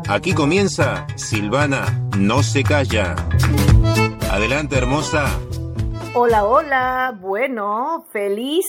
Aquí comienza Silvana No Se Calla. Adelante, hermosa. Hola, hola. Bueno, feliz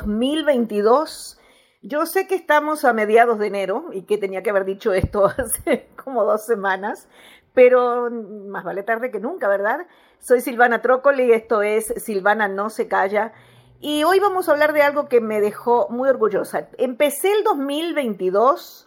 2022. Yo sé que estamos a mediados de enero y que tenía que haber dicho esto hace como 2 semanas, pero más vale tarde que nunca, ¿verdad? Soy Silvana Trócoli y esto es Silvana No Se Calla. Y hoy vamos a hablar de algo que me dejó muy orgullosa. Empecé el 2022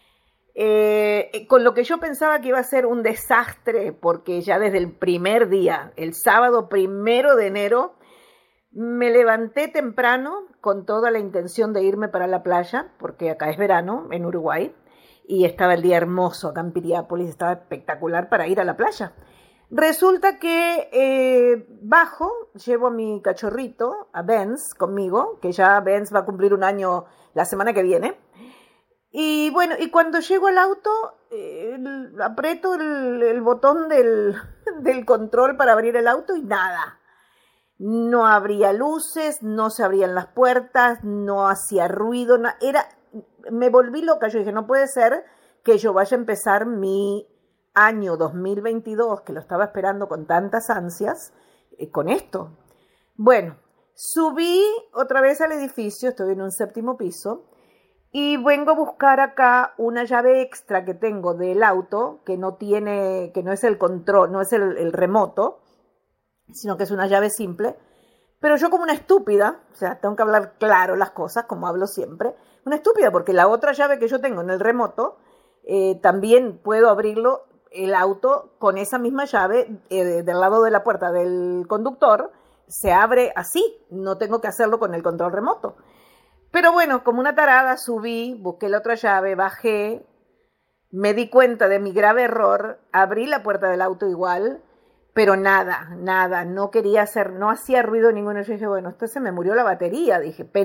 con lo que yo pensaba que iba a ser un desastre, porque ya desde el primer día, el sábado 1 de enero, me levanté temprano con toda la intención de irme para la playa, porque acá es verano en Uruguay, y estaba el día hermoso acá en Piriápolis, estaba espectacular para ir a la playa. Resulta que bajo, llevo a mi cachorrito, a Benz, conmigo, que ya Benz va a cumplir 1 año la semana que viene. Y bueno, y cuando llego al auto, aprieto el botón del control para abrir el auto y nada. No abría luces, no se abrían las puertas, no hacía ruido, me volví loca. Yo dije, no puede ser que yo vaya a empezar mi año 2022, que lo estaba esperando con tantas ansias, con esto. Bueno, subí otra vez al edificio, estoy en un 7º piso, y vengo a buscar acá una llave extra que tengo del auto, que no es el control, no es el remoto, sino que es una llave simple. Pero yo como una estúpida, o sea, tengo que hablar claro las cosas, como hablo siempre, una estúpida, porque la otra llave que yo tengo en el remoto, también puedo abrirlo, el auto, con esa misma llave, del lado de la puerta del conductor, se abre así, no tengo que hacerlo con el control remoto. Pero bueno, como una tarada subí, busqué la otra llave, bajé, me di cuenta de mi grave error, abrí la puerta del auto igual, pero nada, no quería hacer, no hacía ruido ninguno. Yo dije, bueno, esto se me murió la batería,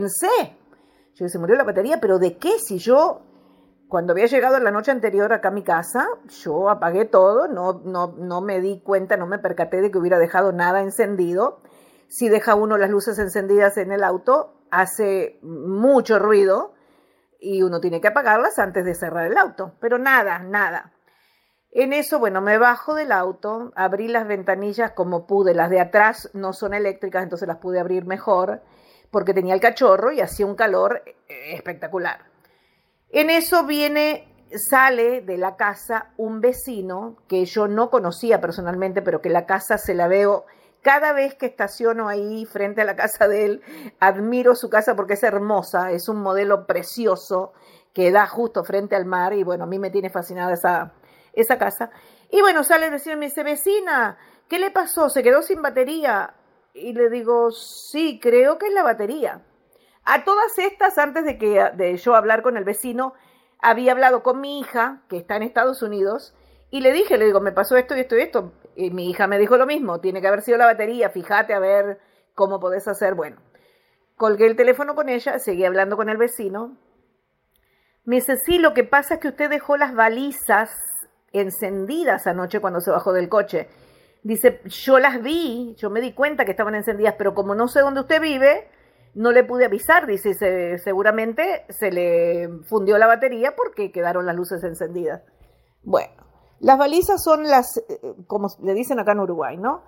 se murió la batería, pero ¿de qué? Si yo, cuando había llegado la noche anterior acá a mi casa, yo apagué todo, no me di cuenta, no me percaté de que hubiera dejado nada encendido. Si deja uno las luces encendidas en el auto, hace mucho ruido y uno tiene que apagarlas antes de cerrar el auto, pero nada. En eso, bueno, me bajo del auto, abrí las ventanillas como pude, las de atrás no son eléctricas, entonces las pude abrir mejor, porque tenía el cachorro y hacía un calor espectacular. En eso sale de la casa un vecino que yo no conocía personalmente, pero que la casa se la veo. Cada vez que estaciono ahí frente a la casa de él, admiro su casa porque es hermosa, es un modelo precioso que da justo frente al mar y bueno, a mí me tiene fascinada esa casa. Y bueno, sale el vecino y me dice, vecina, ¿qué le pasó? ¿Se quedó sin batería? Y le digo, sí, creo que es la batería. A todas estas, antes de yo hablar con el vecino, había hablado con mi hija, que está en Estados Unidos, y le digo, me pasó esto y esto y esto. Y mi hija me dijo lo mismo, tiene que haber sido la batería, fíjate a ver cómo podés hacer. Bueno, colgué el teléfono con ella, seguí hablando con el vecino. Me dice, sí, lo que pasa es que usted dejó las balizas encendidas anoche cuando se bajó del coche. Dice, yo las vi, yo me di cuenta que estaban encendidas, pero como no sé dónde usted vive, no le pude avisar. Dice, seguramente se le fundió la batería porque quedaron las luces encendidas. Bueno. Las balizas son como le dicen acá en Uruguay, ¿no?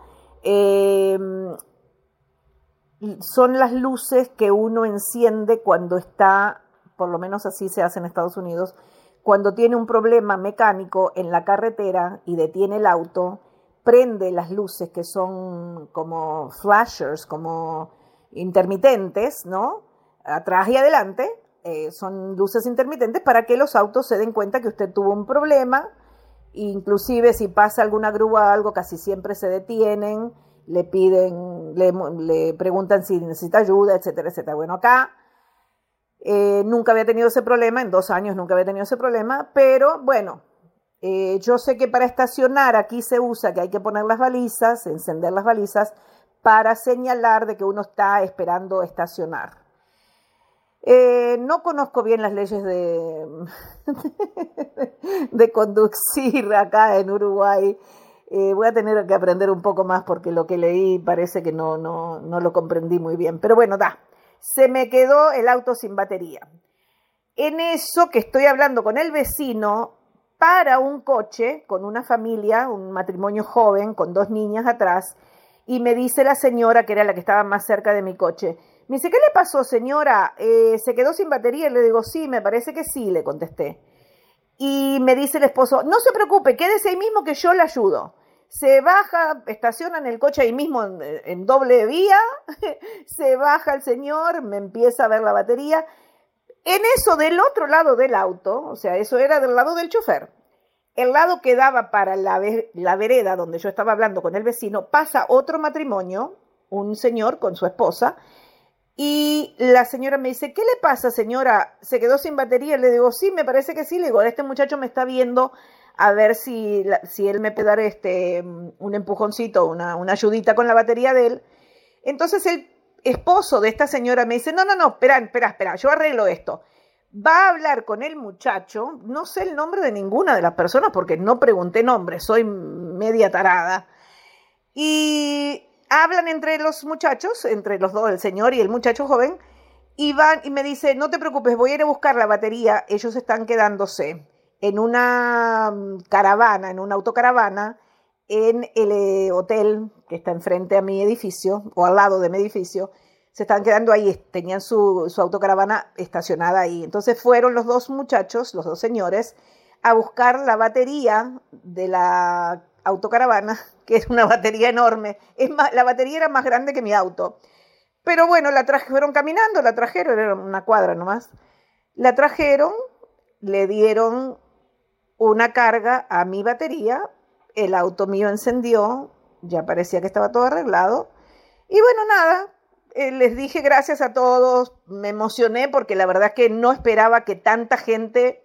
Son las luces que uno enciende cuando está, por lo menos así se hace en Estados Unidos, cuando tiene un problema mecánico en la carretera y detiene el auto, prende las luces que son como flashers, como intermitentes, ¿no? Atrás y adelante, son luces intermitentes para que los autos se den cuenta que usted tuvo un problema. Inclusive si pasa alguna grúa o algo, casi siempre se detienen, le preguntan si necesita ayuda, etcétera, etcétera. Bueno, acá nunca había tenido ese problema, en 2 años nunca había tenido ese problema, pero bueno, yo sé que para estacionar aquí se usa que hay que poner las balizas, encender las balizas, para señalar de que uno está esperando estacionar. No conozco bien las leyes de conducir acá en Uruguay. Voy a tener que aprender un poco más porque lo que leí parece que no lo comprendí muy bien. Pero bueno, se me quedó el auto sin batería. En eso que estoy hablando con el vecino, para un coche con una familia, un matrimonio joven con 2 niñas atrás, y me dice la señora, que era la que estaba más cerca de mi coche, me dice, ¿qué le pasó, señora? ¿Se quedó sin batería? Y le digo, sí, me parece que sí, le contesté. Y me dice el esposo, no se preocupe, quédese ahí mismo que yo le ayudo. Se baja, estaciona en el coche ahí mismo en doble vía, se baja el señor, me empieza a ver la batería. En eso, del otro lado del auto, o sea, eso era del lado del chofer, el lado que daba para la vereda donde yo estaba hablando con el vecino, pasa otro matrimonio, un señor con su esposa, y la señora me dice, ¿qué le pasa, señora? ¿Se quedó sin batería? Le digo, sí, me parece que sí. Le digo, este muchacho me está viendo a ver si él me puede dar un empujoncito, una ayudita con la batería de él. Entonces el esposo de esta señora me dice, no, espera, yo arreglo esto. Va a hablar con el muchacho, no sé el nombre de ninguna de las personas porque no pregunté nombre, soy media tarada. Y hablan entre los muchachos, entre los dos, el señor y el muchacho joven, y van y me dice, no te preocupes, voy a ir a buscar la batería. Ellos están quedándose en una caravana, en una autocaravana, en el hotel que está enfrente a mi edificio, o al lado de mi edificio. Se estaban quedando ahí, tenían su autocaravana estacionada ahí. Entonces fueron los 2 muchachos, los 2 señores, a buscar la batería de la autocaravana, que es una batería enorme. Es más, la batería era más grande que mi auto. Pero bueno, fueron caminando, la trajeron, era una cuadra nomás. La trajeron, le dieron una carga a mi batería, el auto mío encendió, ya parecía que estaba todo arreglado. Y bueno, nada, les dije gracias a todos, me emocioné porque la verdad es que no esperaba que tanta gente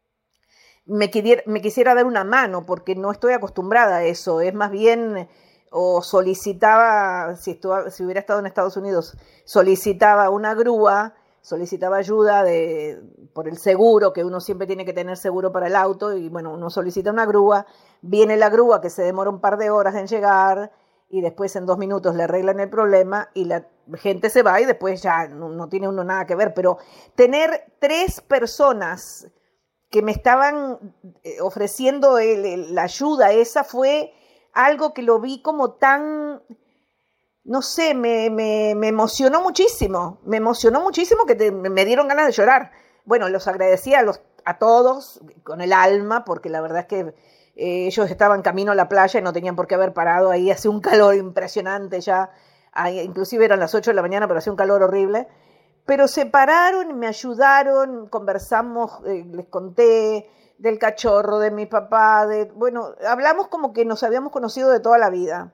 me quisiera dar una mano, porque no estoy acostumbrada a eso, es más bien, o solicitaba, si hubiera estado en Estados Unidos, solicitaba una grúa, solicitaba ayuda por el seguro, que uno siempre tiene que tener seguro para el auto, y bueno, uno solicita una grúa, viene la grúa que se demora un par de horas en llegar, y después en 2 minutos le arreglan el problema, y la gente se va, y después ya no tiene uno nada que ver, pero tener 3 personas que me estaban ofreciendo la ayuda esa fue algo que lo vi como tan, no sé, me emocionó muchísimo que me dieron ganas de llorar. Bueno, los agradecí a todos con el alma, porque la verdad es que ellos estaban camino a la playa y no tenían por qué haber parado ahí, hace un calor impresionante ya, inclusive eran las 8 de la mañana, pero hacía un calor horrible. Pero se pararon y me ayudaron, conversamos, les conté del cachorro, de mi papá, bueno, hablamos como que nos habíamos conocido de toda la vida.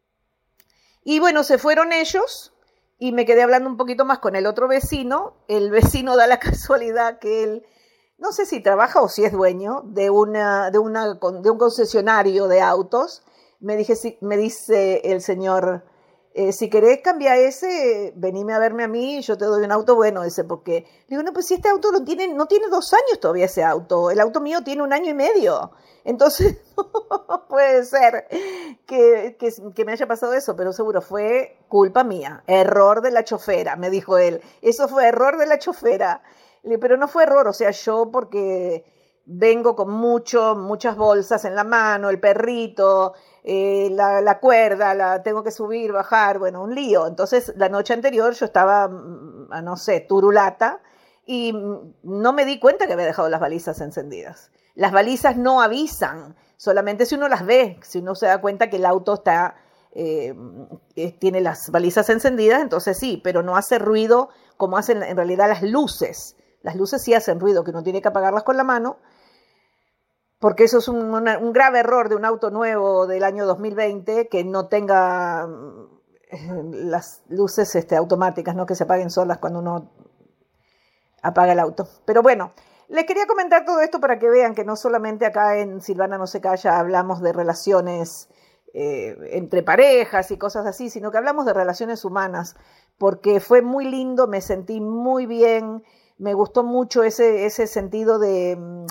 Y bueno, se fueron ellos y me quedé hablando un poquito más con el otro vecino. El vecino da la casualidad que él, no sé si trabaja o si es dueño de un concesionario de autos. Me dice el señor, si querés cambiar ese, venime a verme a mí y yo te doy un auto bueno ese, porque le digo, no, pues si este auto no tiene 2 años todavía ese auto, el auto mío tiene 1 año y medio, entonces no puede ser que me haya pasado eso, pero seguro fue culpa mía, error de la chofera, me dijo él, eso fue error de la chofera, pero no fue error, o sea, yo porque vengo con muchas bolsas en la mano, el perrito, la cuerda, tengo que subir, bajar, bueno, un lío. Entonces, la noche anterior yo estaba, no sé, turulata, y no me di cuenta que había dejado las balizas encendidas. Las balizas no avisan, solamente si uno las ve, si uno se da cuenta que el auto tiene las balizas encendidas, entonces sí, pero no hace ruido como hacen en realidad las luces. Las luces sí hacen ruido, que uno tiene que apagarlas con la mano, porque eso es un grave error de un auto nuevo del año 2020, que no tenga las luces automáticas, ¿no? Que se apaguen solas cuando uno apaga el auto. Pero bueno, les quería comentar todo esto para que vean que no solamente acá en Silvana no se calla hablamos de relaciones entre parejas y cosas así, sino que hablamos de relaciones humanas, porque fue muy lindo, me sentí muy bien, me gustó mucho ese sentido de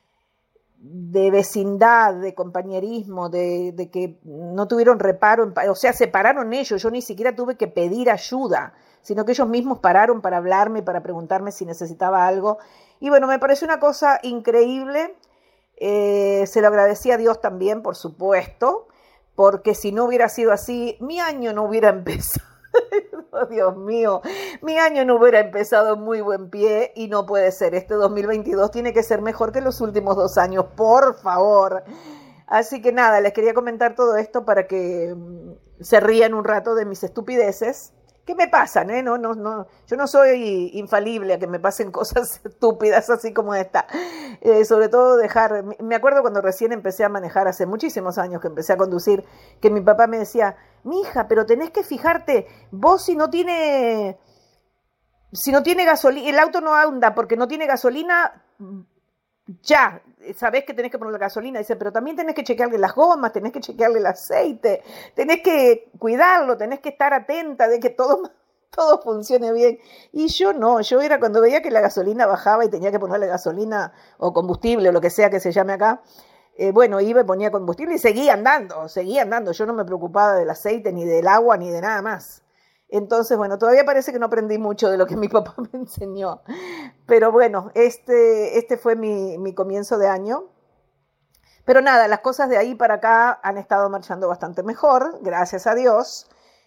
vecindad, de compañerismo, de que no tuvieron reparo, o sea, se pararon ellos, yo ni siquiera tuve que pedir ayuda, sino que ellos mismos pararon para hablarme, para preguntarme si necesitaba algo. Y bueno, me pareció una cosa increíble. Se lo agradecí a Dios también, por supuesto, porque si no hubiera sido así, mi año no hubiera empezado. Oh, Dios mío, mi año no hubiera empezado en muy buen pie y no puede ser. Este 2022 tiene que ser mejor que los últimos 2 años, por favor. Así que nada, les quería comentar todo esto para que se rían un rato de mis estupideces. ¿Qué me pasan? No, yo no soy infalible a que me pasen cosas estúpidas así como esta. Sobre todo me acuerdo cuando recién empecé a manejar, hace muchísimos años que empecé a conducir, que mi papá me decía, mija, pero tenés que fijarte, vos si no tiene gasolina, el auto no anda porque no tiene gasolina, ya, sabés que tenés que poner la gasolina, dice, pero también tenés que chequearle las gomas, tenés que chequearle el aceite, tenés que cuidarlo, tenés que estar atenta de que todo funcione bien. Y yo no, yo era cuando veía que la gasolina bajaba y tenía que ponerle gasolina o combustible o lo que sea que se llame acá, bueno, iba y ponía combustible y seguía andando, yo no me preocupaba del aceite, ni del agua, ni de nada más. Entonces, bueno, todavía parece que no aprendí mucho de lo que mi papá me enseñó. Pero bueno, este fue mi comienzo de año. Pero nada, las cosas de ahí para acá han estado marchando bastante mejor, gracias a Dios.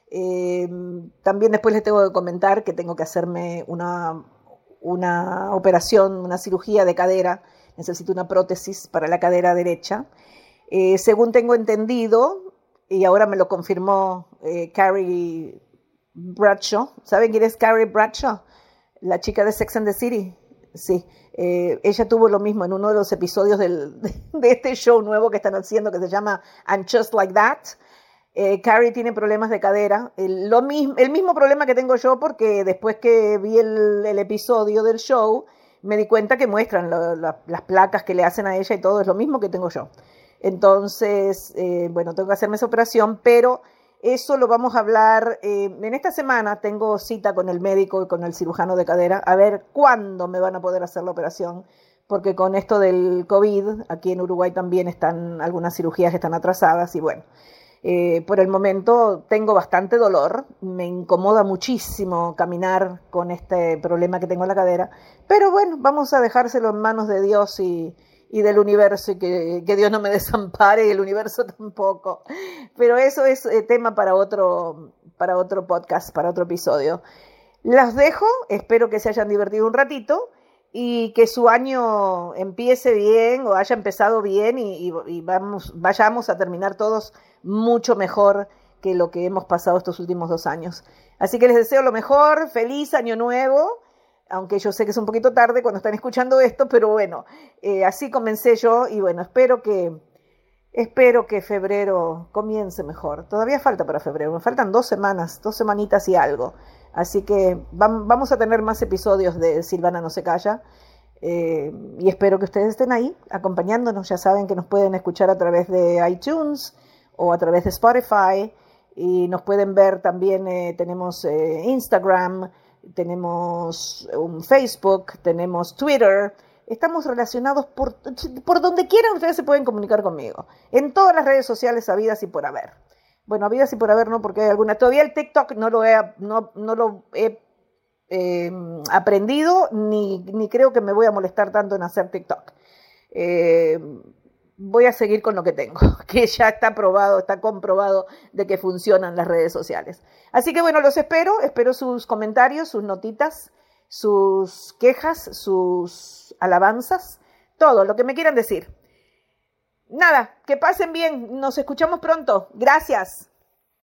También después les tengo que comentar que tengo que hacerme una operación, una cirugía de cadera. Necesito una prótesis para la cadera derecha. Según tengo entendido, y ahora me lo confirmó Carrie Bradshaw. ¿Saben quién es Carrie Bradshaw? La chica de Sex and the City. Sí, ella tuvo lo mismo en uno de los episodios de este show nuevo que están haciendo que se llama And Just Like That. Carrie tiene problemas de cadera, el mismo problema que tengo yo, porque después que vi el episodio del show me di cuenta que muestran las placas que le hacen a ella y todo es lo mismo que tengo yo. Entonces, bueno, tengo que hacerme esa operación, pero eso lo vamos a hablar en esta semana. Tengo cita con el médico y con el cirujano de cadera a ver cuándo me van a poder hacer la operación, porque con esto del COVID, aquí en Uruguay también están algunas cirugías que están atrasadas y bueno, por el momento tengo bastante dolor, me incomoda muchísimo caminar con este problema que tengo en la cadera, pero bueno, vamos a dejárselo en manos de Dios y del universo y que Dios no me desampare y el universo tampoco. Pero eso es tema para otro podcast, para otro episodio. Las dejo, espero que se hayan divertido un ratito y que su año empiece bien o haya empezado bien y vayamos a terminar todos mucho mejor que lo que hemos pasado estos últimos 2 años. Así que les deseo lo mejor, feliz año nuevo. Aunque yo sé que es un poquito tarde cuando están escuchando esto, pero bueno, así comencé yo y bueno, espero que febrero comience mejor. Todavía falta para febrero, me faltan 2 semanitas y algo. Así que vamos a tener más episodios de Silvana no se calla y espero que ustedes estén ahí acompañándonos. Ya saben que nos pueden escuchar a través de iTunes o a través de Spotify y nos pueden ver también, tenemos Instagram, tenemos un Facebook, tenemos Twitter, estamos relacionados por donde quieran, ustedes se pueden comunicar conmigo, en todas las redes sociales habidas y por haber. Bueno, habidas y por haber no, porque hay algunas, todavía el TikTok no lo he aprendido, ni creo que me voy a molestar tanto en hacer TikTok. Voy a seguir con lo que tengo, que ya está probado, está comprobado de que funcionan las redes sociales. Así que bueno, los espero sus comentarios, sus notitas, sus quejas, sus alabanzas, todo lo que me quieran decir. Nada, que pasen bien, nos escuchamos pronto. Gracias.